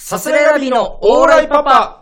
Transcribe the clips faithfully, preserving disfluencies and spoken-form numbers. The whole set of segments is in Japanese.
さすらいラビのオーライパパ。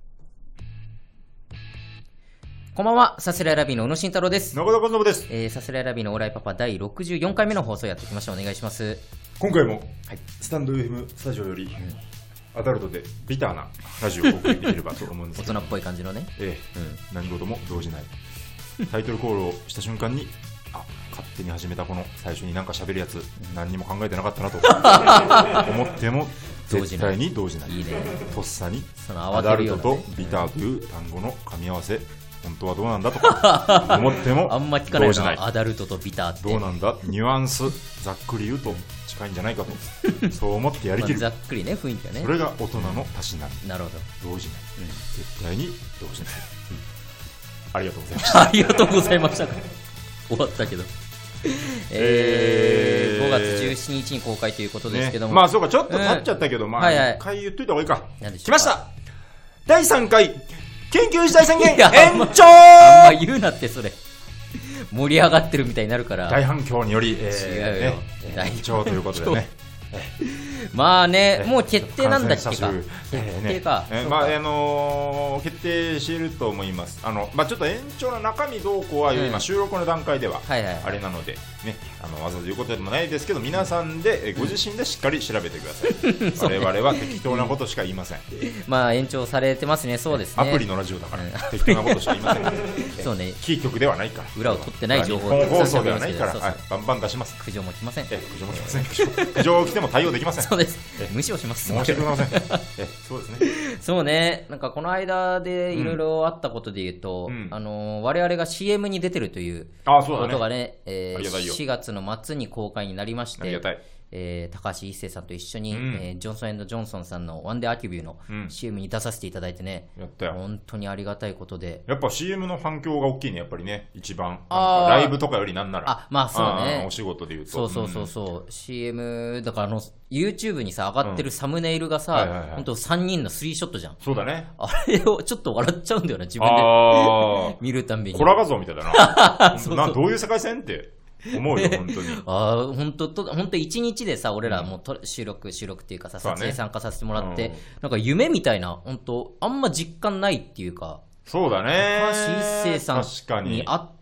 こんばんは、さすらいラビの宇野慎太郎です。 中田和信です。 えー、さすらいラビのオーライパパだいろくじゅうよんかいめの放送やっていきましょう。お願いします。 今回も、 はい、 スタンド エフエム スタジオより、うん、アダルトでビターなラジオをお送りできればと思うんですけど大人っぽい感じのね、 ええ、うん、何事も動じないタイトルコールをした瞬間に、あ、勝手に始めたこの最初になんか喋るやつ、何にも考えてなかったなと思っても絶対に動じない。 いいね。 とっさにそのアダルトとビターという単語の噛み合わせ、本当はどうなんだとか思ってもあんま聞かないな、アダルトとビターってどうなんだ、ニュアンスざっくり言うと近いんじゃないかとそう思ってやりきる、 まあ、ざっくりね、雰囲気はね。 それが大人のたしなみ。 なるほど。 動じない、うん、絶対に動じない、うん、ありがとうございましたありがとうございました終わったけどえー、ごがつじゅうしちにちに公開ということですけども、 ね、まあそうか、ちょっと経っちゃったけど、うん、まあ一回言っといた方がいいか。来ました、だいさんかい緊急事態宣言延長。 あんま言うなって、それ盛り上がってるみたいになるから大反響により、 えー、違うよ、 ね、延長ということでねまあね、もう決定なんだっけか、決定か、 えーねえーまああのー、決定していると思います。あの、まあ、ちょっと延長の中身どうこうは、うん、今収録の段階ではあれなので、ね、あのわざわざ言うことでもないですけど、皆さんで、ご自身でしっかり調べてください、うん、我々は適当なことしか言いませんまあ延長されてますね。そうですね、 アプリのラジオだから、うん、適当なことしか言いませんそうね、 キー局ではないから、 裏を取ってない情報本放送ではないから、はい、バンバン出します。 苦情も来ません。 え苦情も来ません。苦情来ても対応できません。 そうです、無視をします。 申し訳ございませんえそうですね。 そうね、なんかこの間でいろいろあったことで言うと、うん、あの我々が シーエム に出てるということがね、えー、しがつの末に公開になりまして、ありがたい。えー、高橋一生さんと一緒に、うん、えー、ジョンソン&ジョンソンさんのワンデーアキュビューの シーエム に出させていただいてね、うん、やったよ。本当にありがたいことで、 やっぱ シーエム の反響が大きいね、やっぱりね、一番なんかライブとかよりなんなら、 あ、まあそうね、 お仕事で言うと、 そうそうそうそう、うん、シーエム だから、あの YouTube にさ上がってるサムネイルがさ、うん、はいはいはい、本当さんにんのスリーショットじゃん。 そうだね、 あれをちょっと笑っちゃうんだよな、自分で見るたんびに。 コラ画像みたいだなそうそう、などういう世界線って思うよ、本当に。 ああ、本当と、本当一日でさ、俺らもと収録、収録っていうかさ、撮影参加させてもらって、ね、うん、なんか夢みたいな、本当あんま実感ないっていうか。 そうだね。 高橋一生さんに会って、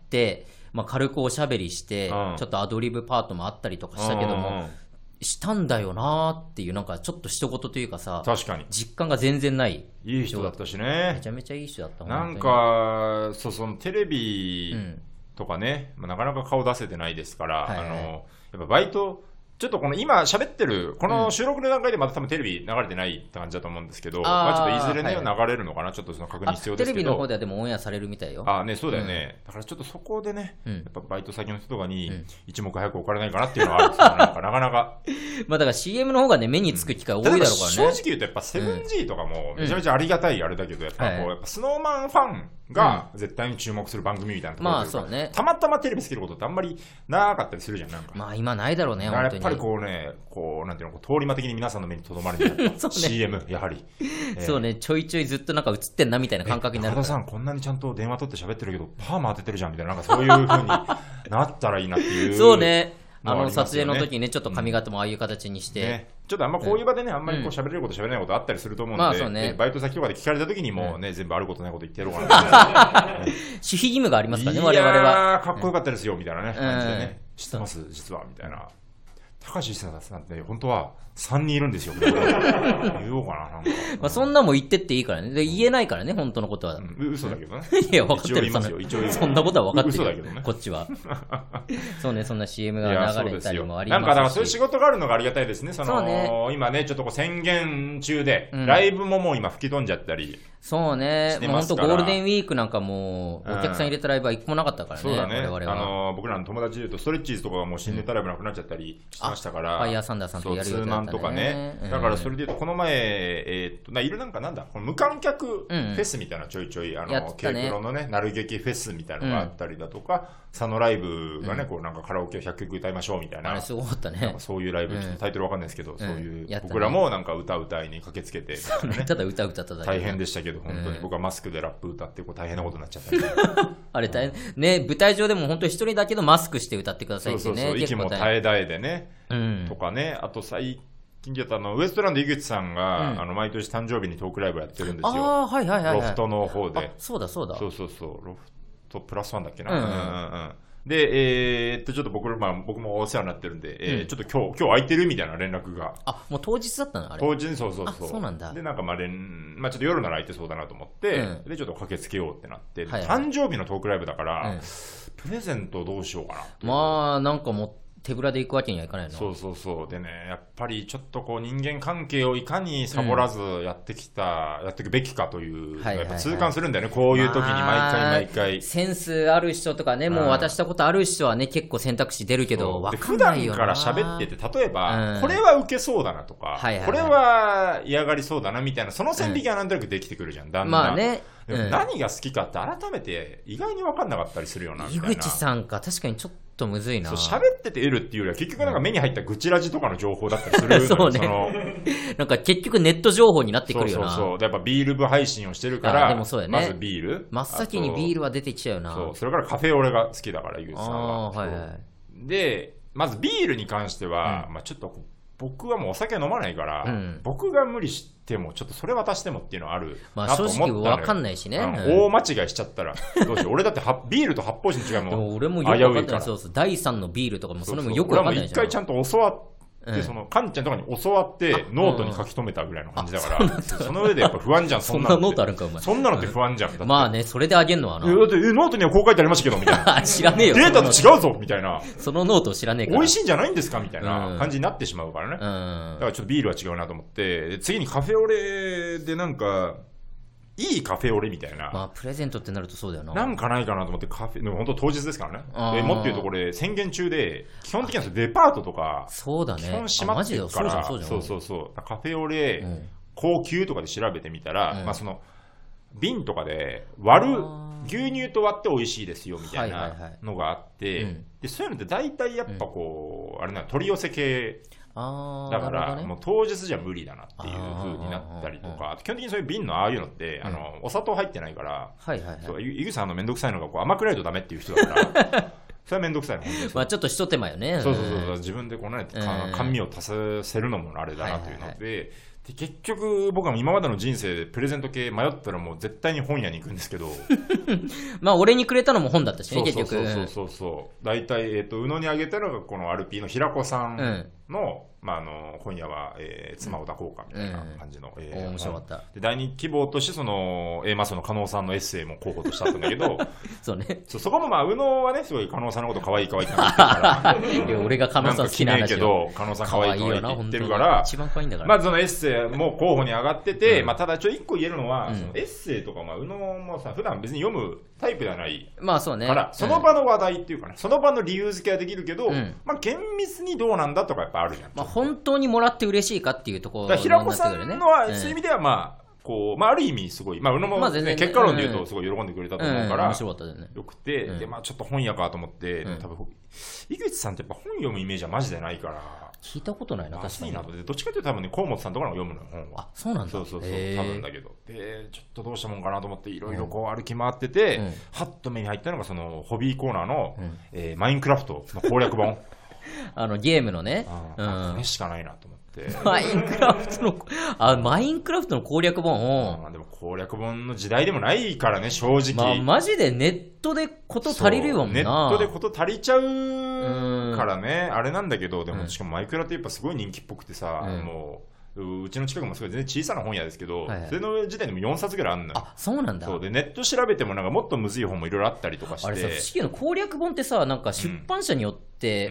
まあ、軽くおしゃべりして、うん、ちょっとアドリブパートもあったりとかしたけども、うんうん、したんだよなーっていう、なんかちょっと一言というかさ、 確かに実感が全然ない。 いい人だったしね。 めちゃめちゃいい人だった。 なんか、そう、そのテレビ、うんとかね、まあ、なかなか顔出せてないですから、はいはい、あのやっぱバイトちょっとこの今喋ってるこの収録の段階でまた多分テレビ流れてないって感じだと思うんですけど、まあ、ちょっといずれね、はい、流れるのかな、ちょっとその確認必要ですけど、 テレビの方ではでもオンエアされるみたいよ。 ああね、そうだよね、うん、だからちょっとそこでね、うん、やっぱバイト先の人とかに一目早く置かれないかなっていうのはあるんですよ、なんかなかなかまあだから シーエム の方がね目につく機会多いだろうからね、うん、 正直言うとやっぱ セブンジー とかもめちゃめちゃありがたいあれだけど、やっぱこう、やっぱスノーマンファンが絶対に注目する番組みたいなところ、 まあそうね、たまたまテレビつけることってあんまりなかったりするじゃん。なんかまあ今ないだろうね、 本当に。やっぱりこうね、こうなんていうの、通り魔的に皆さんの目にとどまるみたいなそう、ね、シーエム やはり、 えー、そうね、ちょいちょいずっとなんか映ってんなみたいな感覚になるから、 高田さんこんなにちゃんと電話取って喋ってるけどパーマ当ててるじゃんみたいな、なんかそういう風になったらいいなっていうそうね、あの撮影の時にね、ちょっと髪型もああいう形にして、うんね、ちょっとあんまこういう場でね、あんまりこう喋れること喋れないことあったりすると思うので、まあね、バイト先とかで聞かれた時にもね、うん、全部あることないこと言ってやろうかな守秘義務がありますからね、 我 々は。いやーかっこよかったですよみたいなね、感じでね、知ってます実はみたいな。高橋一生さんって本当はさんにんいるんですよ言おうかな、なんか、 まあ、そんなも言ってっていいからね。で言えないからね、本当のことは、うん、 嘘だけどねいや分かってる、 一応言いますよ、一応言いますそんなことは分かってる、 嘘だけどね、 こっちはそうね、そんな シーエム が流れたりもありますし、 なんかだからそういう仕事があるのがありがたいですね。そのね、今ねちょっとこう宣言中で、うん、ライブももう今吹き飛んじゃったり、 そうね、もう本当ゴールデンウィークなんかもうお客さん入れたライブは一個もなかったからね。 そうだね、 我々はあの僕らの友達でいうとストレッチーズとかがもう新ネタライブなくなっちゃったりしてましたから、 ファイヤーサンダーさんとやるようになったね。 そうツーマンとかね、うん、だからそれでいうとこの前、えー、っとないるなんかなんだこの無観客フェスみたいなちょいちょい、うん、あの K プロのねなる劇フェスみたいなのがあったりだとか、うん、佐野ライブがね、うん、こうなんかカラオケをひゃっきょく歌いましょうみたいな、 あれすごかったね、 なんかそういうライブ、ちょっとタイトルわかんないですけど、うん、そういう、ね、僕らもなんか歌歌いに駆けつけて、ね、 ただ歌歌っただけ大変でしたけど、本当に僕はマスクでラップ歌ってこう大変なことになっちゃったんであれ大変ね、舞台上でも本当に一人だけどマスクして歌ってくださいってね、 そうそうそう、息も絶え絶えでね、 うん、 とかね、あと最近所とあのウエストランド井口さんが、うん、あの毎年誕生日にトークライブやってるんですよ。 あ、はいはいはいはい、 ロフトの方で。 そうだそうだ。 そうそうそう。ロフトプラスワンだっけな。うんうんうんうんで、えー、っと、ちょっと僕、まあ、僕もお世話になってるんで、えーうん、ちょっと今日、今日空いてるみたいな連絡が。 あ、もう当日だったのあれ当日、そうそうそう。 あ、そうなんだ。 で、なんかまあ、連、まあ、ちょっと夜なら空いてそうだなと思って、うん、で、ちょっと駆けつけようってなって、はいはい、誕生日のトークライブだから、うん、プレゼントどうしようかな。 まあ、なんかもう、手ぶらで行くわけにはいかないの。 そうそうそうでね、やっぱりちょっとこう人間関係をいかにサボらずやってきた、うん、やっていくべきかという、はいはいはい、やっぱ痛感するんだよね、こういう時に毎回毎回、まあ、 センスある人とかね、もう渡したことある人はね、結構選択肢出るけど、分かんないよな。 普段から喋ってて、例えば、うん、これは受けそうだなとか、はいはいはい、これは嫌がりそうだなみたいな、その線引きがなんとなくできてくるじゃん、だんだん。まあね。でも何が好きかって改めて意外に分かんなかったりするよな。 井口さんか、確かにちょっとむずいな。 そう喋ってて得るっていうよりは結局なんか目に入った愚痴ラジとかの情報だったりするそうね。そのなんか結局ネット情報になってくるよな。 そうそうそう。やっぱビール部配信をしてるから、 でもそうやね、 まずビール。 真っ先にビールは出てきちゃうな。 そう。それからカフェオレが好きだから、井口さんは。はいはい。で、まずビールに関しては、うん、まあちょっと僕はもうお酒飲まないから、うん、僕が無理してもちょっとそれ渡してもっていうのはあるなと思ったのよ。 まあ正直分かんないしね、 うん、大間違いしちゃったらどうしよう。俺だってビールと発泡酒の違いもでも俺もよく分かんない。そうそう、だいさんのビールとかもそれもよく分かんないじゃん。 俺も一回ちゃんと教わってで、その、カンちゃんとかに教わって、ノートに書き留めたぐらいの感じだから、その上でやっぱ不安じゃん、 そんなの。そんなノートあるんか、お前。 そんなのって不安じゃん。 まあね、それであげんのはな。 だって、え、ノートにはこう書いてありましたけど、みたいな。 知らねえよ。 データと違うぞみたいな。 そのノートを知らねえから。 美味しいんじゃないんですかみたいな感じになってしまうからね。うん。だからちょっとビールは違うなと思って、で次にカフェオレでなんか、いいカフェオレみたいな。 まあ、プレゼントってなるとそうだよな。 なんかないかなと思って、カフェ、でも本当当日ですからね。でもっと言うとこれ、宣言中で、基本的にはデパートとか、 そうだね。基本閉まってるから、そうそうそうそう。カフェオレ、うん、高級とかで調べてみたら、うん、まあその、瓶とかで割る、牛乳と割って美味しいですよみたいなのがあって、で、そういうのって大体やっぱこう、うん、あれな、取り寄せ系、あだから、ね、もう当日じゃ無理だなっていう風になったりとか、基本的にそういう瓶のああいうのって、うん、あのお砂糖入ってないから、はいはいはい、そう井口さんのめんどくさいのがこう甘くないとダメっていう人だからそれはめんどくさいの。 まあちょっと一手間よね。 そうそうそう、自分でこう、ね、甘味を足させるのもあれだなというので、はいはいはい、で結局僕は今までの人生でプレゼント系迷ったらもう絶対に本屋に行くんですけどまあ俺にくれたのも本だったしね、結局。 そうそうそうそう大体、えー、と宇野にあげたのがこのアルピーの平子さんの、うん、まあ、あの今夜は、えー、妻を抱こうかみたいな感じの、うんえー、面白かった。 で第二希望としてその A マスの加納さんのエッセイも候補としてあったんだけどそうね、 そ, そこもまあ宇野はねすごい加納さんのこと可愛い可愛いって言ってるからいや俺が加納さん好きなんだけど加納さん可愛い可愛いって言ってるから一番可愛いんだから、 まずそのエッセイも候補に上がってて、うんまあ、ただちょっと一個言えるのは、うん、そのエッセイとかまあ宇野もさ普段別に読むタイプではないまあそうね、 からその場の話題っていうかね、うん、その場の理由付けはできるけど、うん、まあ厳密にどうなんだとかやっぱあるじゃん。 まあ本当にもらって嬉しいかっていうところ、 ね、平子さんのはそういう意味ではまあこうまあある意味すごいまあ宇野も、ねまあ、結果論で言うとすごい喜んでくれたと思うから、うん、面白かったね。よくて、うん、でまあちょっと本屋かと思って、うん、多分井口さんってやっぱ本読むイメージはマジでないから。 聞いたことないな、確かに。 などっちかというと多分ね、河本さんとかの読むのよ、本は。 あ、そうなんだ。 そうそうそう、多分だけど。で、ちょっとどうしたもんかなと思って、いろいろこう歩き回ってて、うん、はっと目に入ったのが、その、ホビーコーナーの、うんえー、マインクラフトの攻略本。 あの、ゲームのね。 うん、これしかないなと思って。 マインクラフトの、あ、マインクラフトの攻略本を。でも攻略本の時代でもないからね、正直。 まあ、マジでネットでこと足りるよもんな。 ネットでこと足りちゃうからね、あれなんだけど、でもしかもマイクラってやっぱすごい人気っぽくてさ、うん、もう、うちの近くもすごい全然小さな本屋ですけど、はいはい、それの時点でもよんさつぐらいあんのよ。 あ、そうなんだ。 そうでネット調べてもなんかもっとむずい本もいろいろあったりとかして。 あれさ、不思議な攻略本ってさ、なんか出版社によって、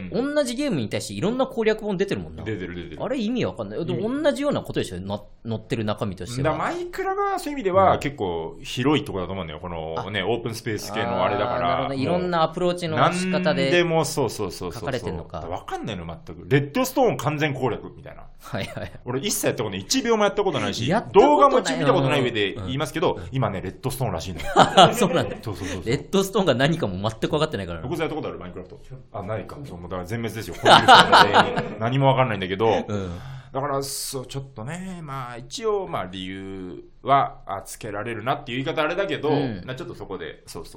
うん、同じゲームに対していろんな攻略本出てるもんな。 出てる出てる。 あれ意味わかんない。でも同じようなことでしょ、載ってる中身としては。 だマイクラがそういう意味では結構広いところだと思うんだよ。このね、オープンスペース系のあれだから。なるほどね。 いろんなアプローチの仕方で。 何でもそうそうそうそう。 書かれてんのか。 わかんないの全く。レッドストーン完全攻略みたいな。 はいはい。 俺一切やったことない。いちびょうもやったことないし、動画も一応見たことない上で言いますけど、うん、今ね、レッドストーンらしいのよ。 そうなんだ。 そうそうそうそう。 レッドストーンが何かも全く分かってないから。 僕やったことあるマインクラフト。あ、ないか。そう、もうだから全滅ですよ。何も分かんないんだけど、うん、だからそうちょっとね、まあ一応まあ理由はつけられるなっていう言い方あれだけど、うん、ちょっとそこでそうそう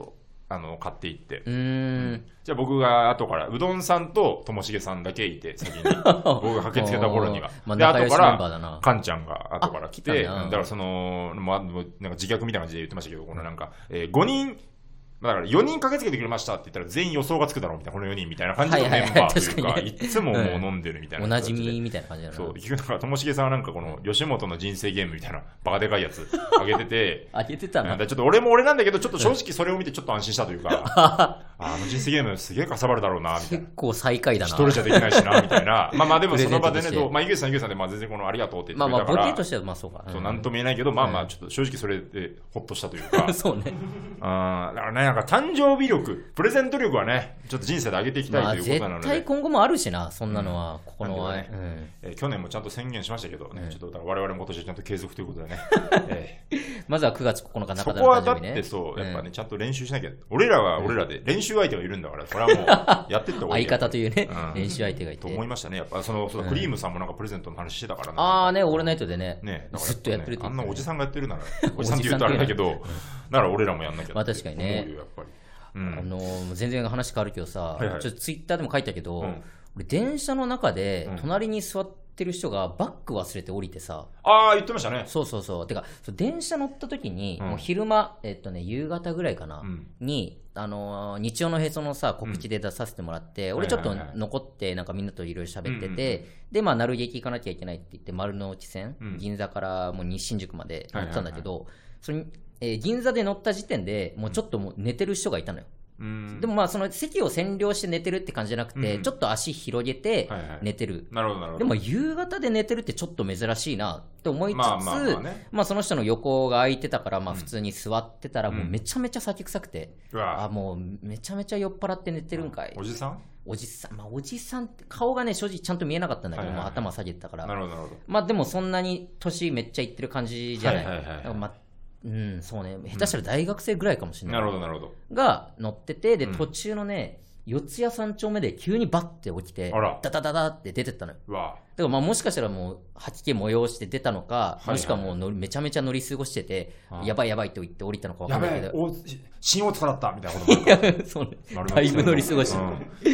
あの買っていって、 うーん、うん、 じゃあ僕が後からうどんさんとともしげさんだけいて先に僕が駆けつけた頃にはで後からかんちゃんが後から来て、だからその、まあ、なんか自虐みたいな感じで言ってましたけど、このなんか、えー、ごにんだからよにん駆けつけてくれましたって言ったら全員予想がつくだろうみたいな、このよにんみたいな感じのメンバーというか、いつももう飲んでるみたいな、 おなじみみたいな感じだな。 そう、だからともしげさんはなんかこの吉本の人生ゲームみたいなバカでかいやつあげててあげてたな。 ちょっと俺も俺なんだけど、ちょっと正直それを見てちょっと安心したというかあの人生ゲームすげえかさばるだろうなみたいな、 結構最下位だな、 一人じゃできないしなみたいなまあまあでもその場でね、まあ井口さん井口さんでまあ全然このありがとうって言ってくれたから、まあまあボケとしてはまあそうか、そうなんとも言えないけど、まあまあちょっと正直それでほっとしたというかそうね、あだからね、なんか誕生日力、プレゼント力はね、ちょっと人生で上げていきたいということなので、 絶対今後もあるしな、そんなのは、うん、ここのね、うんえー、去年もちゃんと宣言しましたけどね、うん、ちょっとだから我々も今年はちゃんと継続ということでね、えー、 まずはくがつここのか中田の誕生日ね。そこはだってそう、やっぱね、ちゃんと練習しなきゃ、俺らは俺らで練習相手がいるんだから、これはもうやってった方がいい。 相方というね、うん、練習相手がいて。 と思いましたね、やっぱその、そのクリームさんもなんかプレゼントの話してたからな。 ああね、オールナイトでね、ねずっとやってるって、 ね、あんなおじさんがやってるなら、おじさんって言うとあれだけど、なら俺らもやんなきゃ。 まあ確かにね。やっぱり。うん、あのー、全然話変わるけどさ、はいはい、ちょっとツイッターでも書いたけど、うん、俺電車の中で隣に座ってる人がバッグ忘れて降りてさ、 うん、ああ言ってましたね。 そうそうそう、てか電車乗った時に、うん、もう昼間えっとね夕方ぐらいかな、うん、にあのー、日曜のへそのさ告知で出させてもらって、うん、俺ちょっと残ってなんかみんなといろいろ喋ってて、うんうんうん、でまあ鳴劇行かなきゃいけないって言って丸の内線、うん、銀座からもう西新宿まで乗ったんだけど、はいはいはい、それえー、銀座で乗った時点でもうちょっともう寝てる人がいたのよ。うん、でもまあその席を占領して寝てるって感じじゃなくて、うん、ちょっと足広げて寝てる、 はいはい、なるほどなるほど。 でも夕方で寝てるってちょっと珍しいなって思いつつ、まあまあまあね、まあその人の横が空いてたからまあ普通に座ってたらもうめちゃめちゃ酒臭くて、うん、あもうめちゃめちゃ酔っ払って寝てるんかい。 おじさんおじさん、まあ、おじさんって顔がね正直ちゃんと見えなかったんだけど、はいはいはい、頭下げてたから、 なるほどなるほど。 まあでもそんなに年めっちゃいってる感じじゃない、はいはいはいはい、まあうん、そうね、下手したら大学生ぐらいかもしれない、 うん、なるほどなるほど。 が乗ってて、で途中のね、うん、四谷三丁目で急にバッて起きてダダダダって出てったのよ。うわ、だからまあもしかしたらもう吐き気催して出たのか、はいはい、もしくはもうのめちゃめちゃ乗り過ごしてて、はい、やばいやばいと言って降りたのか分かんないけど、 新大塚だったみたいなこともあるそうね、だいぶ乗り過ごして、うん、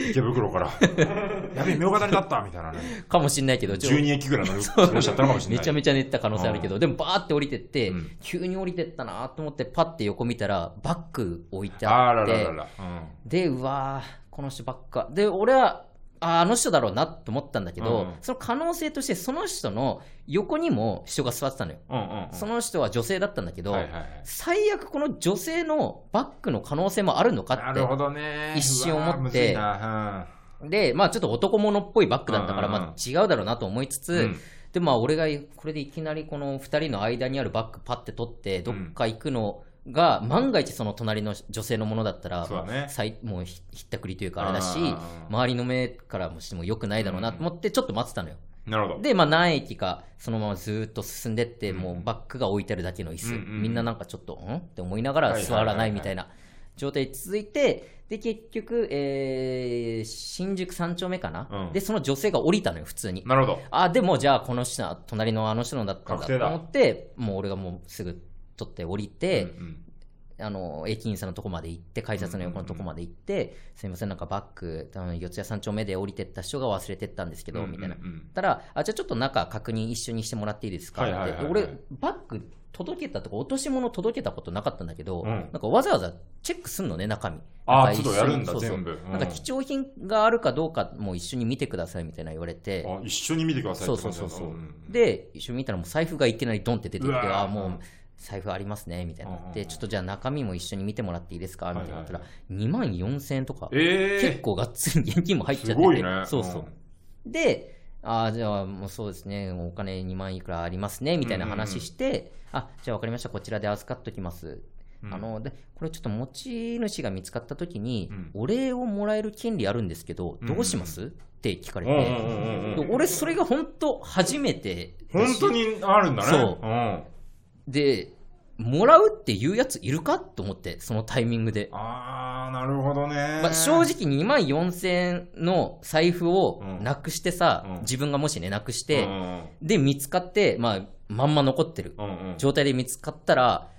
池袋からやべえ、明ヶ谷だったみたいなねかもしんないけど、 じゅうにえきぐらい乗り過ごしちゃったのかもしれない。 めちゃめちゃ寝てた可能性あるけど、でもバーって降りてって、うん、急に降りてったなと思ってパッて横見たらバッグ置いてあって、あらららら、うん、でうわーこの人ばっかで、俺はあ, あの人だろうなと思ったんだけど、うん、その可能性としてその人の横にも人が座ってたのよ、うんうんうん、その人は女性だったんだけど、はいはいはい、最悪この女性のバッグの可能性もあるのかって一瞬思って、うん、でまあちょっと男物っぽいバッグだったから、うんうん、まあ、違うだろうなと思いつつ、うん、でまあ俺がこれでいきなりこのふたりの間にあるバッグパッて取ってどっか行くのが万が一その隣の女性のものだったら、ね、もうひったくりというかあれだし、周りの目からもしても良くないだろうなと思ってちょっと待ってたのよ。 なるほど。 で、まあ、何駅かそのままずっと進んでって、うん、もうバッグが置いてあるだけの椅子、うんうん、みんななんかちょっとんって思いながら座らないみたいな状態続いて、で結局、えー、新宿三丁目かな、うん、でその女性が降りたのよ普通に。 なるほど。 あでもじゃあこの人隣のあの人のだったんだと思って、もう俺がもうすぐ取って降りて、うんうん、あの駅員さんのとこまで行って、改札の横のとこまで行って、うんうんうん、すいませんなんかバッグ四谷三丁目で降りてった人が忘れてったんですけど、うんうんうん、みたいなたら、あじゃあちょっと中確認一緒にしてもらっていいですかって、はいはいはいはい、俺バッグ届けたとか落とし物届けたことなかったんだけど、うん、なんかわざわざチェックすんのね中身。 ああちょっとやるんだ。そうそう全部、うん、 なんか貴重品があるかどうかも一緒に見てくださいみたいな言われて、 あ一緒に見てくださいってそうそうそうそう、うん、で一緒に見たらもう財布がいきなりドンって出てきて、あもう財布ありますねみたいなで、うん、ちょっとじゃあ中身も一緒に見てもらっていいですかみたいな言ったら、はいはいはい、にまんよんせんえんとか、えー、結構がっつり現金も入っちゃってて、すごいね、 そうそう、うん、であじゃあもうそうですねお金にまんいくらありますねみたいな話して、うんうんうん、あじゃあ分かりましたこちらで預かっときます、うん、あのでこれちょっと持ち主が見つかった時に、うん、お礼をもらえる権利あるんですけどどうします、うんうん、って聞かれて、うんうんうん、俺それが本当初めて本当にあるんだね。 そう、うん、でもらうっていうやついるかと思って、そのタイミングで。 あーなるほどね、 まあ、正直にまんよんせんえんの財布をなくしてさ、うん、自分がもしねなくして、うん、で見つかって、まあ、まんま残ってる、うんうん、状態で見つかったら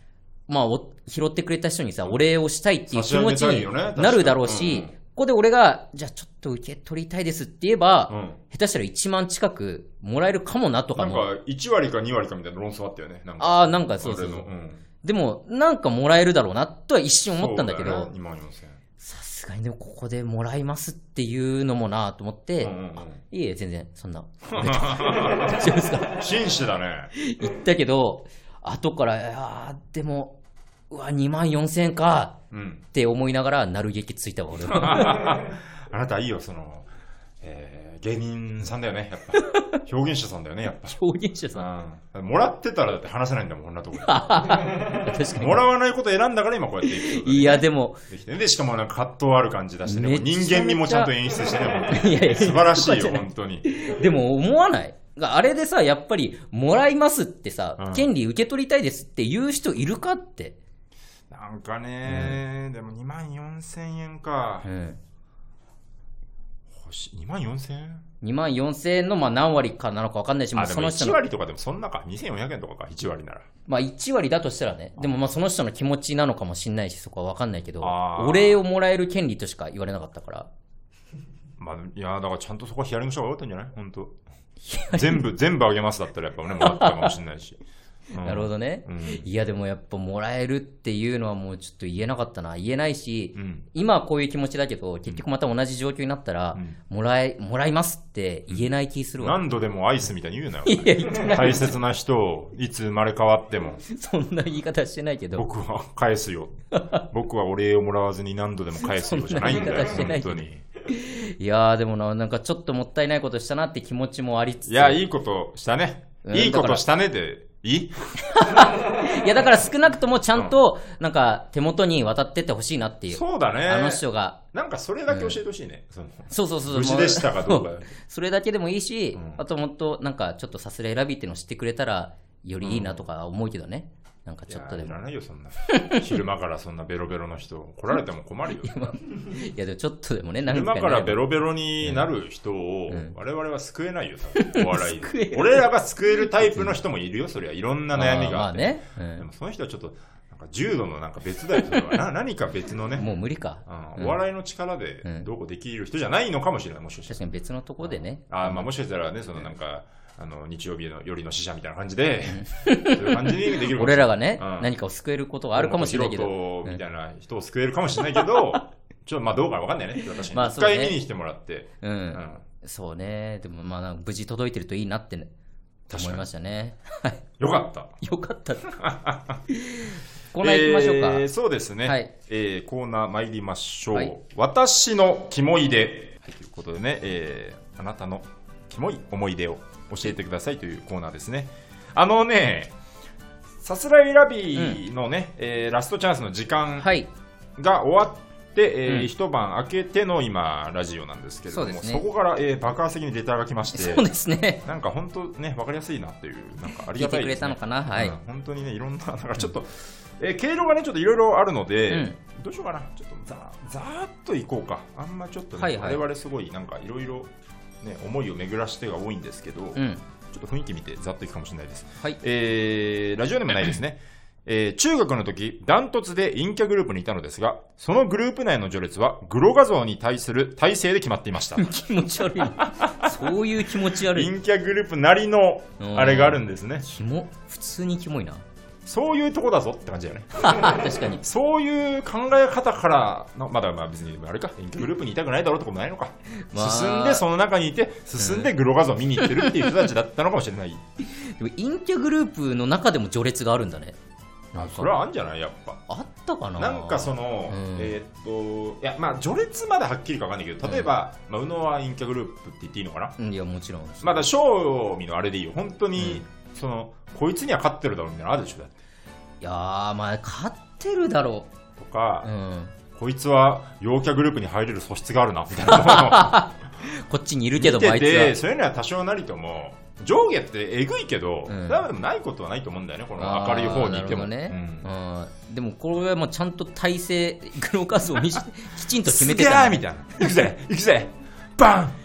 まあ、拾ってくれた人にさ、お礼をしたいっていう気持ちになるだろうし、ここで俺が、じゃあちょっと受け取りたいですって言えば、うん、下手したらいちまん近くもらえるかもなとかも。 なんかいちわりかにわりかみたいな論争あったよね。なんかああ、なんかそうそうそう。うん、でも、なんかもらえるだろうなとは一瞬思ったんだけど、 にまんよんせん。 さすがにでもここでもらいますっていうのもなと思って、うんうんうん、いいえ、全然、そんな。大丈夫ですか？ 紳士だね。 言ったけど、後から、いやでも、うわ、にまんよんせんえんか、うん、って思いながら、なる劇ついたわ、俺は。 あなたいいよ、その、えー、芸人さんだよね、やっぱ。表現者さんだよね、やっぱ。 表現者さん、 うん、もらってたらだって話せないんだもん、こんなところ。確かに。もらわないこと選んだから今こうやっていく、 ね。いや、でも。 で、しかもなんか葛藤ある感じ出してね、人間味もちゃんと演出してね、本当に。いやいや素晴らしいよ、本当に。 でも思わない？あれでさ、やっぱり、もらいますってさ、うん、権利受け取りたいですって言う人いるかって。 なんかね、うん、でもにまんよんせんえんか。うん、欲しい。にまんよんせんえん ? にまんよんせんえんのまあ何割かなのか分かんないし、 あ、でもいちわりとかでもそんなか。にせんよんひゃくえんとかか、いちわりなら。 まあいちわりだとしたらね。でもまあその人の気持ちなのかもしんないし、そこは分かんないけど、お礼をもらえる権利としか言われなかったから。 まあ、いや、だからちゃんとそこはヒアリングした方がよかったんじゃない？本当。全部、全部あげますだったらやっぱね、もらったかもしれないし。 うん、なるほどね、うん。いやでもやっぱもらえるっていうのはもうちょっと言えなかったな。言えないし、うん、今はこういう気持ちだけど、結局また同じ状況になったら、うん、もらえ、もらいますって言えない気するわ。 何度でもアイスみたいに言うなよ。いや、言ってない。大切な人をいつ生まれ変わっても。 そんな言い方してないけど。 僕は返すよ。僕はお礼をもらわずに何度でも返すよじゃないんだよ。本当に。 いやーでもな、なんかちょっともったいないことしたなって気持ちもありつつ。 いや、いいことしたね。いいことしたねで。いいいやだから少なくともちゃんとなんか手元に渡ってってほしいなっていう。 そうだね。 あの人がなんかそれだけ教えてほしいね、 うん、そうそうそう。 無事でしたかどうか。 それだけでもいいし、うん、あともっとなんかちょっとさすらい選びっていうのを知ってくれたらよりいいなとか思うけどね。なんかちょっとでも。 いや、いらないよ、そんな。昼間からそんなベロベロの人。来られても困るよ。 いや、でもちょっとでもね、 なんか、ね。昼間からベロベロになる人を、我々は救えないよ、多分お笑いで。俺らが救えるタイプの人もいるよ、そりゃ。いろんな悩みがあって。まあね。うん、でもその人はちょっと、なんか重度のなんか別だよ、それは。な何か別のね。 もう無理か、 うん。お笑いの力でどうこうできる人じゃないのかもしれない、もしかしたら。 確かに別のところでね。 あ、まあもしかしたらね、そのなんか、あの日曜日の夜の死者みたいな感じで、そういう感じにできる。 俺らがね、うん、何かを救えることがあるかもしれないけど、 素人みたいな人を救えるかもしれないけど、ちょっとまあどうかわかんないね。私に一回見に来てもらって、 うん、うん、そうね。でもまあなんか無事届いてるといいなって、ね、思いましたね。 よかった。 よかった。コーナー行きましょうか。 えー、そうですね。はい、えー、コーナー参りましょう。はい、私のキモいで、はい、ということでね、えー、あなたのキモい思い出を教えてくださいというコーナーですね。あのね、さすらいラビーのね、うん、えー、ラストチャンスの時間が終わって、はい、えーうん、一晩明けての今ラジオなんですけれども、 そ,、ね、そこから、えー、爆発的にレターが来まして、 そうですね。 なんか本当ね、分かりやすいなっていう、なんかありがたいですね。聞いてくれたのかな、はい、うん、 本当にね、いろんな、なんかちょっと、うん、えー、経路がね、ちょっといろいろあるので、うん、どうしようかな、ちょっとざざーっといこうか。あんまちょっとね、はいはい、我々すごいなんかいろいろね、思いを巡らしてが多いんですけど、うん、ちょっと雰囲気見てざっといくかもしれないです。はい、えー、ラジオネームないですね。えー、中学の時、ダントツで陰キャグループにいたのですが、そのグループ内の序列はグロ画像に対する体制で決まっていました。 気持ち悪い。そういう気持ち悪い。 陰キャグループなりのあれがあるんですね。 キモ、普通にキモいな。 そういうとこだぞって感じだよね。 確かに。 そういう考え方からの、まだまあ別にあれか、陰キャグループにいたくないだろうってこともないのか。まあ、進んでその中にいて、進んでグロ画像を見に行ってるっていう人たちだったのかもしれない。 でも陰キャグループの中でも序列があるんだね。 あ、それはあるんじゃないやっぱ。 あったかな。 なんかその、うん、えー、っと、いや、まあ序列まではっきりかわかんないけど、例えば、うん、まあ、宇野は陰キャグループって言っていいのかな。 いや、もちろん。 まだ正味のあれでいいよ。本当に、うん、その、こいつには勝ってるだろうみたいなのあるでしょ、だって。 いやー、まあ、勝ってるだろう。とか、うん、こいつは陽キャグループに入れる素質があるな、みたいな。 こっちにいるけども、 あいつは。そういうのは多少なりとも、上下ってえぐいけど、うん、だからでもないことはないと思うんだよね、この明るい方にいても。 ね、うんうん、でもこれはもうちゃんと体勢、グロ画像をきちんと決めてた、ね。 すげーみたいな。行くぜ、行くぜ、バン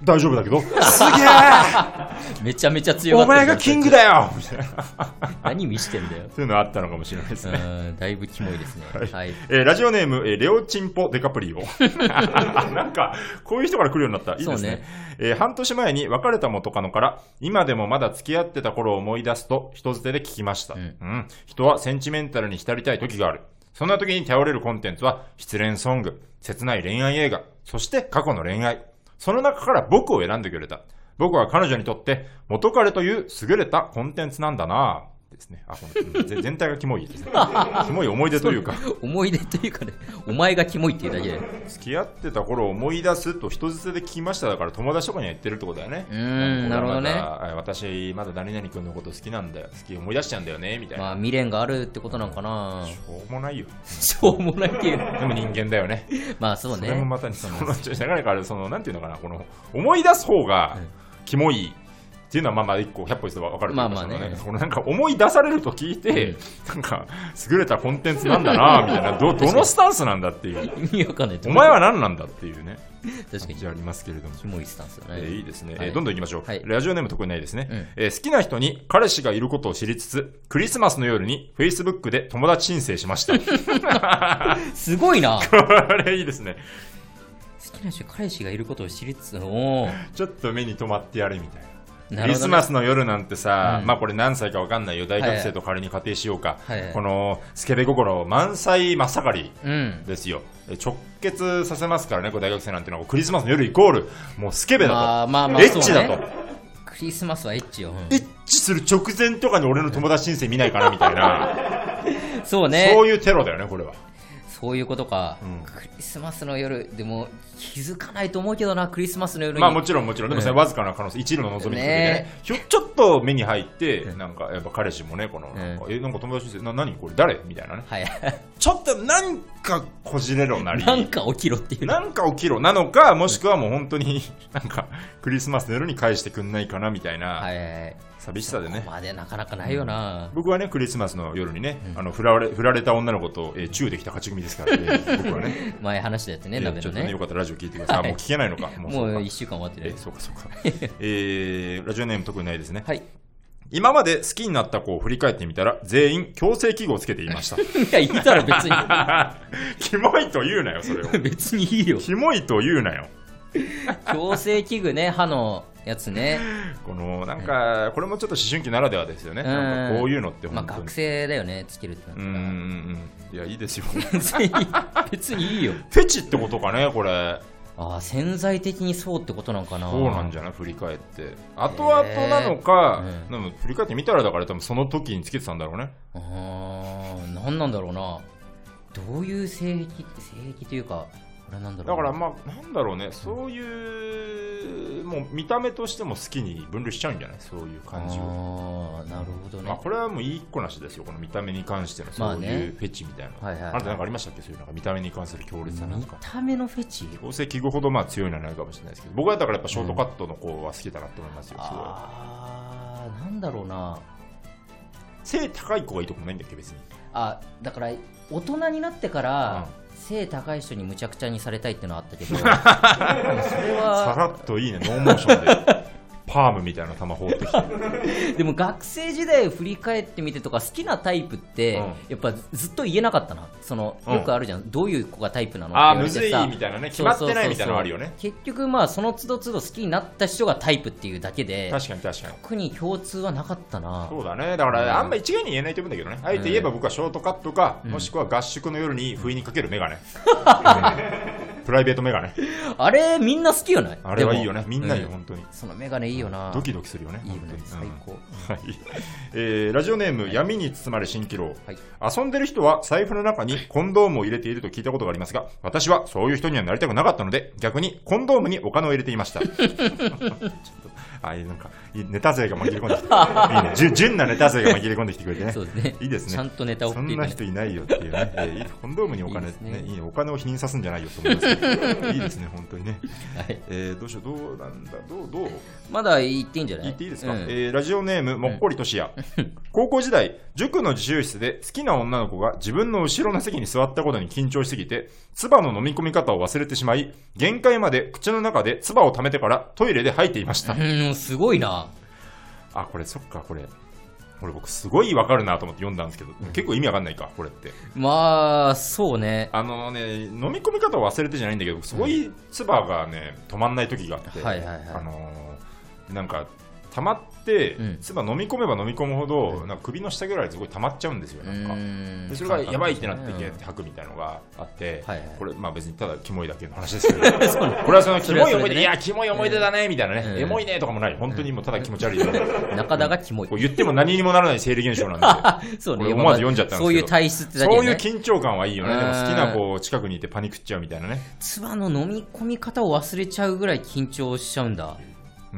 大丈夫だけどすげえめちゃめちゃ強かった。 お前がキングだよみたいな何見してんだよ。 そういうのあったのかもしれないですね。 だいぶキモいですね。 はいはい、えー、ラジオネーム、えー、レオチンポデカプリオなんかこういう人から来るようになった。いいですね。ねえー、半年前に別れた元カノから今でもまだ付き合ってた頃を思い出すと人づてで聞きました、うんうん、人はセンチメンタルに浸りたい時がある。そんな時に頼れるコンテンツは失恋ソング、切ない恋愛映画、そして過去の恋愛。その中から僕を選んでくれた。僕は彼女にとって元彼という優れたコンテンツなんだなぁですね。あ、この全体がキモいですね。キモい思い出というか思い出というかね、お前がキモいっていうだけで付き合ってた頃を思い出すと人づてで聞きました。だから友達とかには言ってるってことだよね。 うーん、なるほどね。 私まだ何々君のこと好きなんだよ、好き思い出しちゃうんだよねみたいな。 まあ未練があるってことなんかな。 しょうもないよしょうもないっていうでも人間だよねまあそうね。 それもまたにそのなかなかそのなんていうのかな、この思い出す方がキモい、うんっていうのはまあまあ一個ひゃっぽいすれば分かるというか、まあまあね、このなんか思い出されると聞いて、うん、なんか優れたコンテンツなんだなみたいな、どどのスタンスなんだっていう意味わかんない。 お前は何なんだっていうね確かにありますけれども、 キモいスタンスだね。 えー、いいですね、はい、えー、どんどんいきましょう、はい、ラジオネーム特にないですね、うん、えー、好きな人に彼氏がいることを知りつつクリスマスの夜に Facebook で友達申請しましたすごいなこれいいですね。 好きな人彼氏がいることを知りつつおちょっと目に留まってやれみたいな。クリスマスの夜なんてさ、うん、まあこれ何歳か分かんないよ、大学生と仮に仮定しようか、はいはい、このスケベ心満載真っ盛りですよ、うん、直結させますからね、これ大学生なんてのはクリスマスの夜イコールもうスケベだと、まあまあまあ、エッチだと、ね、 クリスマスはエッチよ、うん、 エッチする直前とかに俺の友達申請見ないかなみたいなそうね、 そういうテロだよねこれは。 そういうことか、うん、クリスマスの夜でも気づかないと思うけどな、クリスマスの夜に。 まあもちろんもちろんでもそれわずかな可能性、一縷の望みに、ねね、ひょちょっと目に入って、うん、なんかやっぱ彼氏もねこのなんか、うん、えなんか友達にな何これ誰みたいなね、はい、ちょっとなんかこじれろなりなんか起きろっていうなんか起きろなのか、もしくはもう本当になんかクリスマスの夜に返してくんないかなみたいな、はいはいはい、寂しさでね。 そこまでなかなかないよな、 うん、僕はねクリスマスの夜にね、うん、あの振られ振られた女の子と、えー、チューできた勝ち組ですからね僕はね前話したやつね、えー、鍋のね、 ちょっとねよかったらラジオ聞いてください、はい、もう聞けないのかもうもういっしゅうかん終わってる、 えー、そうかそうかえー、ラジオネーム特にないですね、はい、今まで好きになった子を振り返ってみたら全員強制記号をつけていましたいや言ったら別にキモいと言うなよそれを別にいいよ、 キモいと言うなよ矯正器具ね、歯のやつね、 このなんかこれもちょっと思春期ならではですよね、なんかこういうのって本当に、 まあ、学生だよねつけるってなったら、うんうんうん、いやいいですよ別にいいよ。 フェチってことかねこれ。 ああ潜在的にそうってことなんかな。 そうなんじゃない、振り返って後々なのか、うん、でも振り返ってみたらだから多分その時につけてたんだろうね。 ああ何なんだろうな、どういう性癖性癖というかあれなんだろう、 だからまあなんだろうね、そういうもう見た目としても好きに分類しちゃうんじゃない、そういう感じを。 ああなるほどね、 まあ、これはもういいっこなしですよ、この見た目に関してのそういうフェチみたいな、まあね、はいはいはい、あなたなんかありましたっけ、そういうなんか見た目に関する強烈ななんか見た目のフェチ、 強制器具ほどまあ強いのはないかもしれないですけど、僕はだからやっぱショートカットの子は好きだなと思いますよ、うん、すごい。 ああなんだろうな、 背高い子がいいとこないんだっけ別に。 あだから大人になってから、うん、背高い人にむちゃくちゃにされたいってのはあったけどそれはさらっといいね、ノーモーションでパームみたいな球放ってきてでも学生時代を振り返ってみてとか好きなタイプって、うん、やっぱずっと言えなかったな、そのよくあるじゃん、うん、どういう子がタイプなのって言われてさ、 あむずいみたいなね、決まってないみたいなのあるよね。 結局まあその都度都度好きになった人がタイプっていうだけで、 確かに確かに特に共通はなかったな。 そうだね、だから、うん、あんま一概に言えないと思うんだけどね、あえて言えば僕はショートカットか、うん、もしくは合宿の夜に不意にかけるメガネ、うん、プライベートメガネあれみんな好きよね、 あれはいいよね、みんなよ、うん、本当にそのメガネいいよな、 ドキドキするよね、 いいよね、最高、うんはいえー、ラジオネーム、はい、闇に包まれ蜃気楼、はい、遊んでる人は財布の中にコンドームを入れていると聞いたことがありますが、私はそういう人にはなりたくなかったので逆にコンドームにお金を入れていましたちょっとあなんかネタ勢が紛れ込んできていいね、純純なネタ勢が紛れ込んできてくれてね、そうですね、いいですね、 ちゃんとネタをそんな人いないよっていうね、えー、コンドームにお金、ね、いいね、いいね、お金を否認さすんじゃないよと思いますいいですね本当にね、はいえー、どうしようどうなんだどうどうまだ言っていいんじゃない言っていいですか、うんえー、ラジオネームもっこりとしや、うん、高校時代塾の自習室で好きな女の子が自分の後ろの席に座ったことに緊張しすぎて唾の飲み込み方を忘れてしまい限界まで口の中で唾を溜めてからトイレで吐いていました。 うんすごいなあこれそっかこれこれ僕すごいわかるなと思って読んだんですけど、うん、結構意味わかんないかこれってまあそうねあのね飲み込み方を忘れてじゃないんだけどすごい唾がね止まんない時があって、はいはいはいあのー、なんか溜まって唾飲み込めば飲み込むほど、うん、なんか首の下ぐらいですごい溜まっちゃうんですよなんかでそれがやばいってなってギャって吐くみたいなのがあって、はいはい、これまあ別にただキモいだけの話ですけどこれはそのキモい思い出、ね、いやキモい思い出だねみたいなね、うん、エモいねとかもない本当にもうただ気持ち悪いよね、 うん、中田がキモいこう言っても何にもならない生理現象なんでそう、ね、思わず読んじゃったんですけどそういう体質ってだけ、ね、 そういう緊張感はいいよねでも好きな子近くにいてパニクっちゃうみたいなね唾の飲み込み方を忘れちゃうぐらい緊張しちゃうんだうん、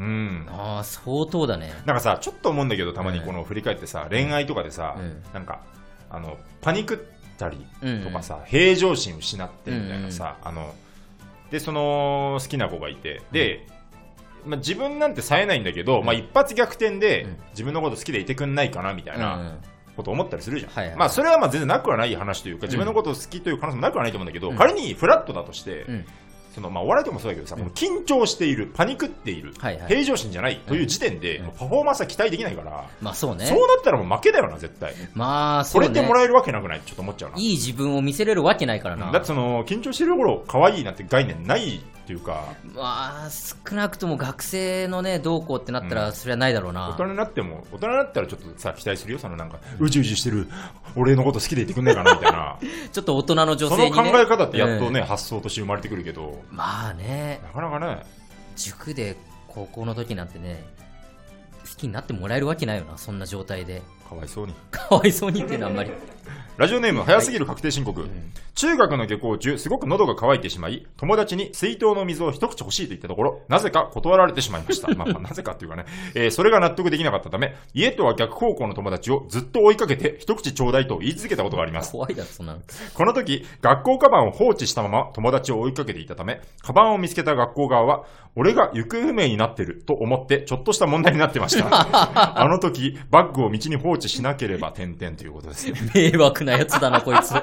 あ相当だねなんかさちょっと思うんだけどたまにこの振り返ってさ、うん、恋愛とかでさ、うん、なんかあのパニクったりとかさ、うん、平常心失ってみたいなさ、うん、あのでその好きな子がいてで、まあ、自分なんて冴えないんだけど、うんまあ、一発逆転で、うん、自分のこと好きでいてくんないかなみたいな、うんこと思ったりするじゃん、はいはいまあ、それはまあ全然なくはない話というか自分のことを好きという可能性もなくはないと思うんだけど、うん、仮にフラットだとして、うんそのまあ、お笑いとかもそうだけどさ、うん、この緊張しているパニクっている、はいはい、平常心じゃないという時点で、うん、パフォーマンスは期待できないから、 まあそうね、 そうなったらもう負けだよな絶対、 まあそうね、 これでもらえるわけなくないちょっと思っちゃうな。 いい自分を見せれるわけないからな、 だってその緊張してるところ可愛いなんて概念ないっていうか、 まあ少なくとも学生のねどうこうってなったらそれはないだろうな、 うん、大人になっても大人になったらちょっとさ期待するよそのなんかうじうじしてる俺のこと好きでいてくんないかなみたいなちょっと大人の女性に、ね、 その考え方ってやっとね、うん、発想として生まれてくるけどまあねなかなかね塾で高校の時なんてね好きになってもらえるわけないよなそんな状態でかわいそうにかわいそうにっていうのはあんまりラジオネーム早すぎる確定申告、はいうん、中学の下校中すごく喉が渇いてしまい友達に水筒の水を一口欲しいと言ったところなぜか断られてしまいましたまあ、まあなぜかっていうかね、えー、それが納得できなかったため家とは逆方向の友達をずっと追いかけて一口ちょうだいと言い続けたことがあります。 怖いだろそんなの。 この時学校カバンを放置したまま友達を追いかけていたためカバンを見つけた学校側は俺が行方不明になってると思ってちょっとした問題になってましたあの時バッグを道に放置しなければ点々ということですね迷惑なやつだなこいつ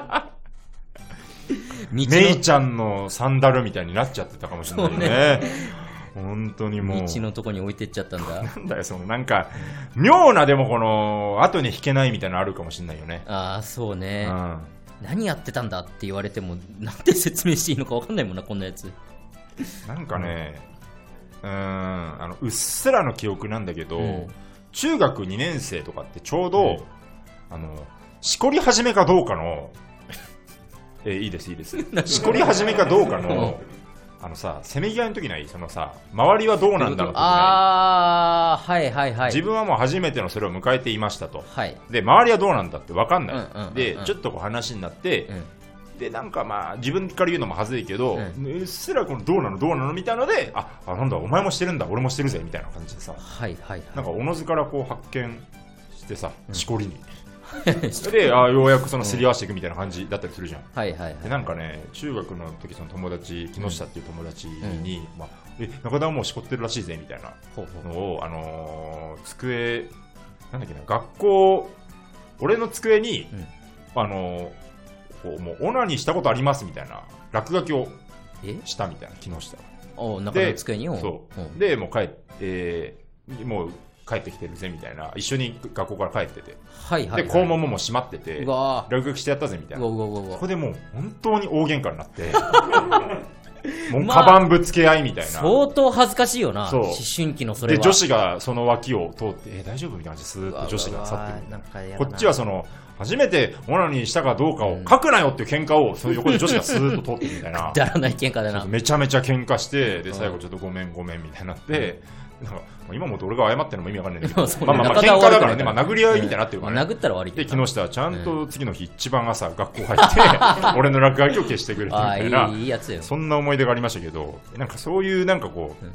メイちゃんのサンダルみたいになっちゃってたかもしれないよ ね, ね本当にもう道のとこに置いてっちゃったんだなんだよそのなんか妙なでもこの後に引けないみたいなのあるかもしれないよね。 ああそうね、うん、何やってたんだって言われてもなんて説明していいのか分かんないもんなこんなやつなんかね、うん、うーんあのうっすらの記憶なんだけど、うん、中学にねん生とかってちょうど、うん、あのしこり始めかどうかのえー、いいですいいですしこり始めかどうかのあのさせめぎ合いの時ないそのさ周りはどうなんだろうとああはいはいはい自分はもう初めてのそれを迎えていましたと、はい、で周りはどうなんだって分かんない、うんうんうんうん、でちょっとこう話になって、うん、でなんかまあ自分から言うのも恥ずいけど、うん、うっすらこのどうなのどうなのみたいなのでああなんだお前もしてるんだ俺もしてるぜみたいな感じでさ、はいはいはい、なんかおのずからこう発見してさしこりに、うんであようやくそのすり合わせていくみたいな感じだったりするじゃん、うんはいはいはい、でなんかね中学の時その友達木下っていう友達に、うんまあ、え中田はもうしこってるらしいぜみたいなのを、あのー、机なんだっけな学校俺の机に、うんあのー、こうもうオナニーしたことありますみたいな落書きをしたみたいな木下お中の机にそう、うん、でもう帰って、えー、もう帰ってきてるぜみたいな一緒に学校から帰ってて、はいはいはい、で校門ももう閉まってて落書きしてやったぜみたいなここでもう本当に大喧嘩になってもうカバンぶつけ合いみたいな、 まあ、相当恥ずかしいよな思春期のそれはで女子がその脇を通ってえー、大丈夫みたいな感じでスーッと女子が去ってくるこっちはその初めてオナニーしたかどうかを書くなよっていう喧嘩をその横で女子がスーッと通ってるみたいなくだらない喧嘩だなめちゃめちゃ喧嘩してで最後ちょっとごめんごめんみたいになって、うんなんか今も俺が謝ってるのも意味わかんないんだけどまあまあまあ喧嘩だからね、まあ、殴り合いみたいになってるからね、 まあ、殴ったら悪いで木下はちゃんと次の日一番朝学校入って俺の落書きを消してくれてみたいないいやつよそんな思い出がありましたけどなんかそういうなんかこう、うん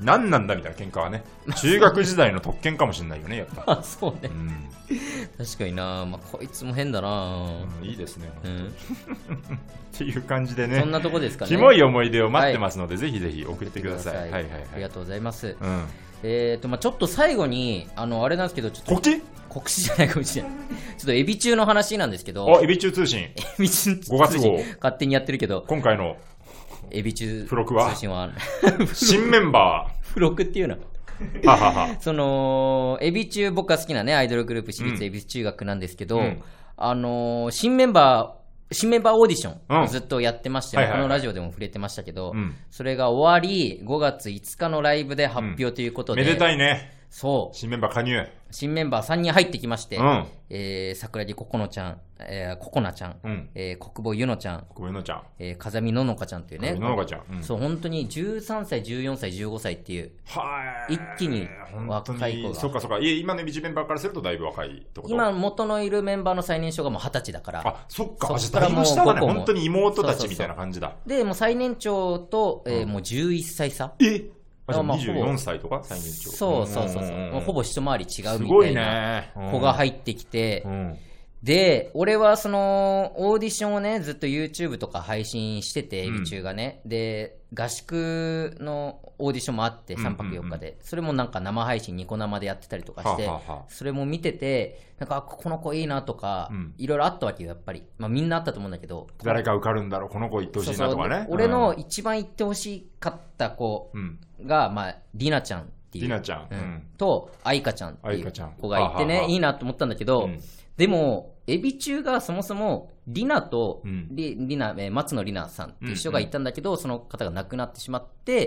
何なんだみたいな喧嘩はね中学時代の特権かもしれないよねやっぱあそうね、うん、確かにな、まあ、こいつも変だな、 うん、いいですね、うん、っていう感じでねそんなとこですかね。 キモい思い出を待ってますので、はい、ぜひぜひ送ってください。はいはいはい、 ありがとうございます、うん、えーとまあ、ちょっと最後にあのあれなんですけどちょっと告知告知じゃないかもしれないちょっとエビ中の話なんですけど、 あエビ中通信エビ中通信ごがつ号勝手にやってるけど今回のエビ中付録は通信は新メンバー付録っていうのはははそのエビ中僕が好きなねアイドルグループ私立エビ中学なんですけど、うん、あのー、新メンバー新メンバーオーディションをずっとやってまして、うん、このラジオでも触れてましたけど、うん、それが終わりごがついつかのライブで発表ということで、 うん、めでたいね。 そう新メンバー加入新メンバーさんにん入ってきまして、うん、えー、桜木ここのちゃん、えー、ここなちゃん、うん、えー、国母ゆのちゃん、 国母ゆのちゃん、 えー、風見ののかちゃんっていうね、 ののかちゃん、 うん、そう本当にじゅうさんさいじゅうよんさいじゅうごさいっていう一気に若い子が、 そうかそうか、今のエビ中メンバーからするとだいぶ若いってこと。 今元のいるメンバーの最年少がもうはたちだから、 あそっか、そっからもう下だね、本当に妹たちみたいな感じだ。 そうそうそうでもう最年長と、えー、もうじゅういっさい差、 えにじゅうよんさいとか最年長、 そうそうそうそう、もうほぼ一回り違うみたいな子が入ってきて、うん、で俺はそのオーディションをねずっと YouTube とか配信してて、エビ中がね、で合宿のオーディションもあってさんぱくよっかで、うんうんうん、それもなんか生配信ニコ生でやってたりとかして、はははそれも見ててなんかこの子いいなとか、うん、いろいろあったわけよやっぱり、まあ、みんなあったと思うんだけど、 誰か受かるんだろうこの子行ってほしいなとかね。 そうそう俺の一番行ってほしかった子が、うん、まありなちゃんっていうりなちゃん、 うん、とあいかちゃんっていう子がいてね、いいなと思ったんだけど、うん、でもエビ中がそもそもリナと、うん、リリナ、えー、松野里奈さんっていう人がいたんだけど、うんうん、その方が亡くなってしまって、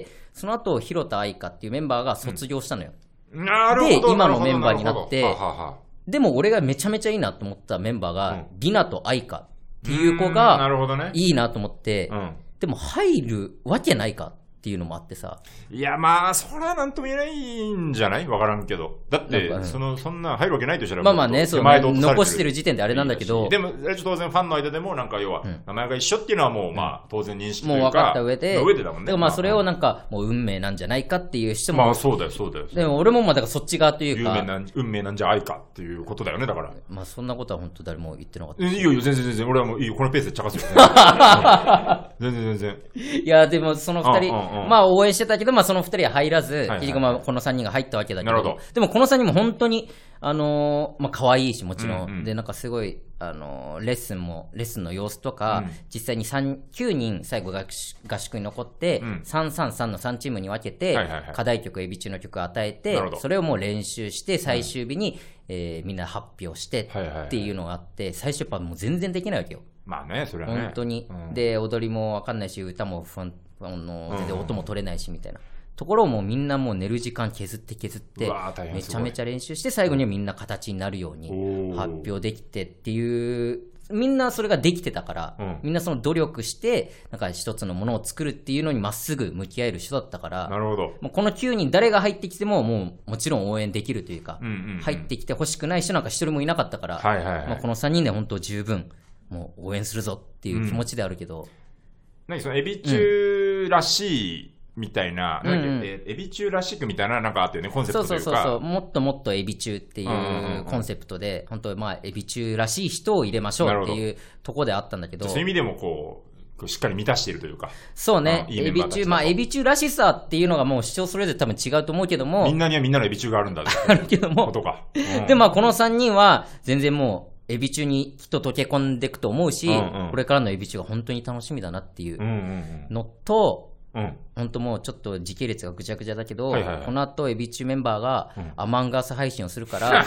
その後広田愛香っていうメンバーが卒業したのよ、 うん、なるほど。 で今のメンバーになって、はははでも俺がめちゃめちゃいいなと思ったメンバーが、うん、リナと愛香っていう子がいいなと思って、うん、でも入るわけないかっていうのもあってさ。 いやまあそれはなんとも言えないんじゃない？わからんけど、だって、うん、そのそんな入るわけないとしたら、 まあまあね、そうね、残してる時点であれなんだけど、 でも当然ファンの間でもなんか要は、うん、名前が一緒っていうのはもう、うん、まあ当然認識というか、 もう分かった上で、 上でだもんね。 でもまあそれをなんかもう運命なんじゃないかっていう人も、 まあそうだよそうだよ。 でも俺もまあだからそっち側というか、 運命なん運命なんじゃないかっていうことだよね。だからまあそんなことは本当誰も言ってなかった。 いいよいいよ全然全然俺はもういいよこのペースで茶化すよ。全然全然。 いやでもその二人まあ応援してたけど、まあその二人は入らず、はいはい、結局まあこの三人が入ったわけだけど、なるほど。でもこの三人も本当にあのー、まあ可愛いしもちろん、うんうん、でなんかすごいあのー、レッスンもレッスンの様子とか、うん、実際にきゅうにん最後合宿に残って、うん、さんさんさんのさんチームに分けて、はいはいはい、課題曲エビ中の曲を与えて、それをもう練習して最終日に、うんえー、みんな発表してっていうのがあって、はいはいはい、最初やっぱもう全然できないわけよ。 まあねそれはね本当に、うん、で踊りも分かんないし歌もファンあの全然音も取れないしみたいな、うんうん、ところをもうみんなもう寝る時間削って削ってめちゃめちゃ練習して最後にはみんな形になるように発表できてっていうみんなそれができてたから、うん、みんなその努力してなんか一つのものを作るっていうのにまっすぐ向き合える人だったから、 なるほど。 もうこのきゅうにん誰が入ってきてももうもちろん応援できるというか、うんうんうん、入ってきてほしくない人なんか一人もいなかったから、はいはいはい、まあ、このさんにんで本当十分もう応援するぞっていう気持ちであるけど、うん、 何そのエビ中らしいみたいな、うん、なんかエビ中らしくみたいななんかあったよねコンセプトというか。そうそうそうそう、もっともっとエビ中っていうコンセプトで、うんうんうん、本当まあエビ中らしい人を入れましょうっていうところであったんだけど、 そういう意味でもこうしっかり満たしているというか。 そうね、いいエビ中まあエビ中らしさっていうのがもう主張それぞれ多分違うと思うけども、 みんなにはみんなのエビ中があるんだあるけども、 ことか、 うん、でまあこのさんにんは全然もうエビ中にきっと溶け込んでいくと思うし、うんうん、これからのエビ中が本当に楽しみだなっていうのと、うんうんうん、本当もうちょっと時系列がぐちゃぐちゃだけど、はいはいはい、この後エビ中メンバーがアマンガース配信をするから、うん、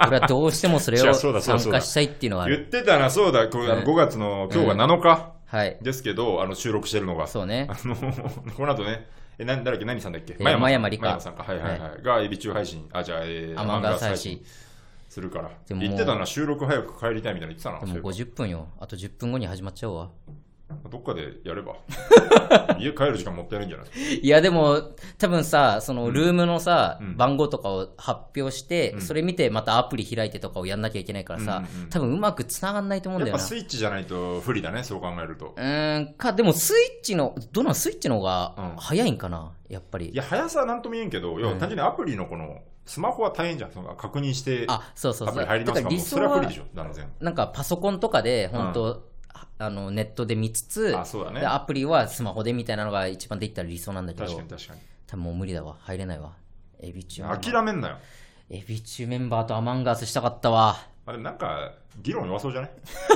俺はどうしてもそれを参加したいっていうのはある。 言ってたな、そうだ、これ、うん、ごがつの今日がなのか、うん、ですけど、あの収録してるのが、 そうね、 あのこの後ね、えな誰だっけ何さんだっけ、 えー、真山理香さんか、はいはいはい、はい、がエビ中配信、あじゃあ、えー、アマンガース配信するから。言ってたな、収録早く帰りたいみたいな言ってたな。 でもごじゅっぷんよ、あとじゅっぷんごに始まっちゃうわ。 どっかでやれば家帰る時間もったいないんじゃないですか。 いやでも多分さ、そのルームのさ、うん、番号とかを発表して、うん、それ見てまたアプリ開いてとかをやんなきゃいけないからさ、うんうん、多分うまくつながんないと思うんだよな。 やっぱスイッチじゃないと不利だね、そう考えると。 うーんか、でもスイッチのどのスイッチの方が早いんかな、やっぱり。 いや速さはなんとも言えんけど、うん、要は単純にアプリのこのスマホは大変じゃん、その確認してあ、そうそうそう、 アプリ入りますかも、それは不利でしょ、断然。 なんかパソコンとかで本当、うんあのネットで見つつ、 あ、そうだね、 でアプリはスマホでみたいなのが一番できたら理想なんだけど、 確かに確かに多分もう無理だわ、入れないわ。エビチュー諦めんなよ。 エビチューメンバーとアマンガースしたかったわ。 あれなんか議論弱そうじゃない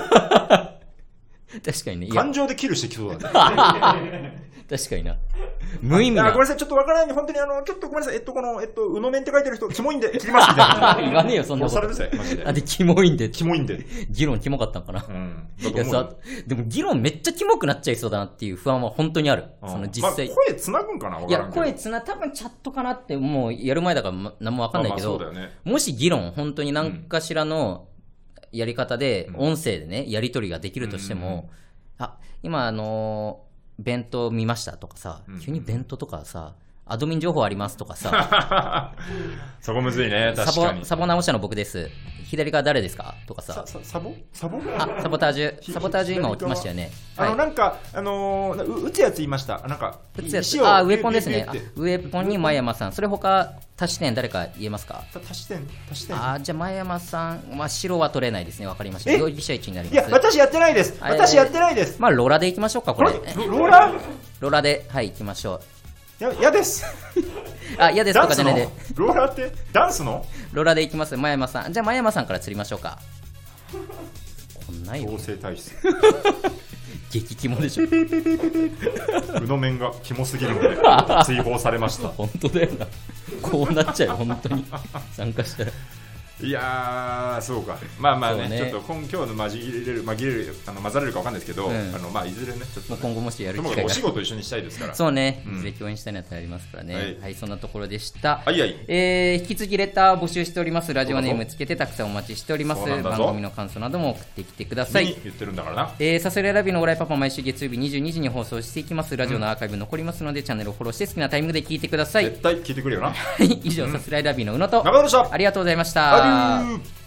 確かにね、 感情でキルしてきそうだね確かにな。無意味な。 ごめんなさい、ちょっとわからないんで、本当にあの、ちょっとごめんなさい、えっと、この、えっと、うのめんって書いてる人、キモいんで、切りますみたいな。 言わねえよ、そんなこと。 殺されるぜ、マジで。 あ、で、キモいんで。 キモいんで。 議論キモかったんかな。 うん。 いやさ、でも議論めっちゃキモくなっちゃいそうだなっていう不安は本当にある。その実際。 まあ、声つなぐんかな、わからんけど。 いや、声つな、多分チャットかなって、もうやる前だから、何もわかんないけど、 まあまあそうだよね、 もし議論、本当に何かしらのやり方で、音声でね、やり取りができるとしても、うん、あ、今あのー、弁当見ましたとかさ、うん、急に弁当とかさ、アドミン情報ありますとかさそこむずいね、確かに。 サボ、サボ直したの僕です。左側誰ですかとかさ。 さサボサボあ、サボタージュ。サボタージュ今起きましたよね。 あの、はい、なんか、あのー、撃つやつ言いました。なんか、 撃つやつ。あ、ウェポンですね。ウェポンに前山さん。それ他、足し点誰か言えますか？ 足し点足し点あ、じゃあ前山さん、まあ、白は取れないですね。わかりました。容疑者いちになります。 いや、私やってないです。私やってないです。 まあ、ローラでいきましょうか、これ。ローラローラで、はい、いきましょう。や、嫌です。 あ、嫌ですとかじゃないで。 ローラーってダンスのローラーでいきます。前山さん。じゃあ前山さんから釣りましょうか。こんないよ。 合成体質。 激キモでしょ。 うの面がキモすぎるので追放されました。 本当だよな。こうなっちゃうよ、本当に。参加したら。 いやー、そうか。まあまあ ね, ねちょっと今今日の紛れる紛れるあの混ざれるかわかんないですけど、うん、あのまあいずれねちょっと、ね、 今後もしやる機会がお仕事一緒にしたいですから。 そうね、うん、いずれ共演したいなってなりますからね。はい、はい、そんなところでした。 はいはい。 えー、引き続きレター募集しております。ラジオネームつけてたくさんお待ちしております。番組の感想なども送ってきてください。 言ってるんだからな。 えー、サスレラビのオライパパ毎週月曜日にじゅうにじに放送していきます。ラジオのアーカイブ残りますので、うん、チャンネルをフォローして好きなタイミングで聞いてください。 絶対聞いてくれよな。 以上、うん、サスレラビの宇野と中田でした。 ありがとうございました。 アデュー。